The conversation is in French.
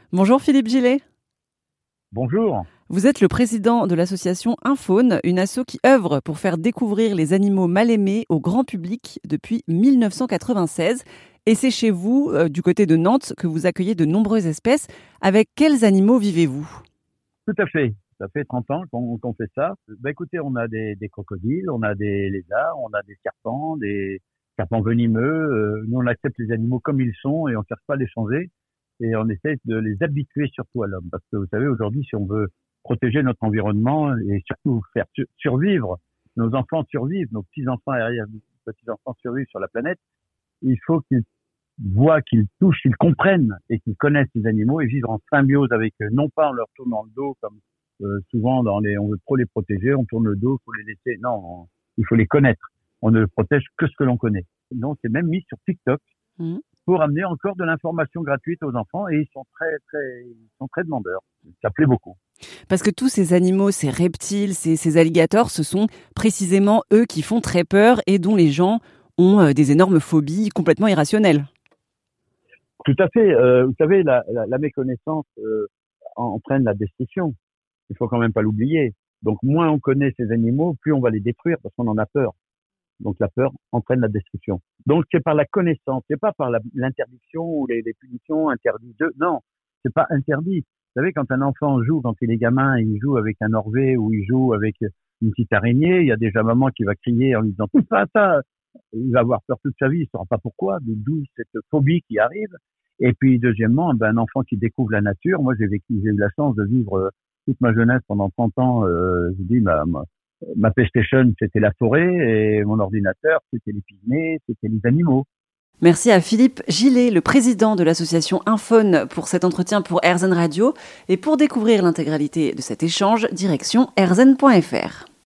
Bonjour Philippe Gillet. Bonjour. Vous êtes le président de l'association Infaune, une asso qui œuvre pour faire découvrir les animaux mal aimés au grand public depuis 1996. Et c'est chez vous, du côté de Nantes, que vous accueillez de nombreuses espèces. Avec quels animaux vivez-vous ? Tout à fait. Ça fait 30 ans qu'on fait ça. Écoutez, on a des crocodiles, on a des lézards, on a des serpents venimeux. Nous, on accepte les animaux comme ils sont et on ne cherche pas à les changer. Et on essaie de les habituer surtout à l'homme. Parce que vous savez, aujourd'hui, si on veut protéger notre environnement et surtout faire survivre, nos enfants survivent, nos petits-enfants et petits-enfants survivent sur la planète, il faut qu'ils voient, qu'ils touchent, qu'ils comprennent et qu'ils connaissent les animaux et vivre en symbiose avec eux. Non pas en leur tournant le dos comme souvent on veut trop les protéger, on tourne le dos, il faut les laisser. Non, il faut les connaître. On ne protège que ce que l'on connaît. Donc, c'est même mis sur TikTok pour amener encore de l'information gratuite aux enfants et ils sont très demandeurs. Ça plaît beaucoup. Parce que tous ces animaux, ces reptiles, ces alligators, ce sont précisément eux qui font très peur et dont les gens ont des énormes phobies complètement irrationnelles. Tout à fait. Vous savez, la méconnaissance entraîne la destruction. Il faut quand même pas l'oublier. Donc, moins on connaît ces animaux, plus on va les détruire parce qu'on en a peur. Donc, la peur entraîne la destruction. Donc, c'est par la connaissance, c'est pas par l'interdiction ou les punitions interdites. Non, c'est pas interdit. Vous savez, quand un enfant joue, quand il est gamin, il joue avec un orvet ou il joue avec une petite araignée, il y a déjà maman qui va crier en lui disant touche pas à ça. Il va avoir peur toute sa vie, il ne saura pas pourquoi, d'où cette phobie qui arrive. Et puis, deuxièmement, un enfant qui découvre la nature. Moi, j'ai eu la chance de vivre toute ma jeunesse pendant 30 ans. Je dis, ma PlayStation, c'était la forêt et mon ordinateur, c'était les pygmées, c'était les animaux. Merci à Philippe Gillet, le président de l'association Infaune, pour cet entretien pour RZN Radio. Et pour découvrir l'intégralité de cet échange, direction rzn.fr.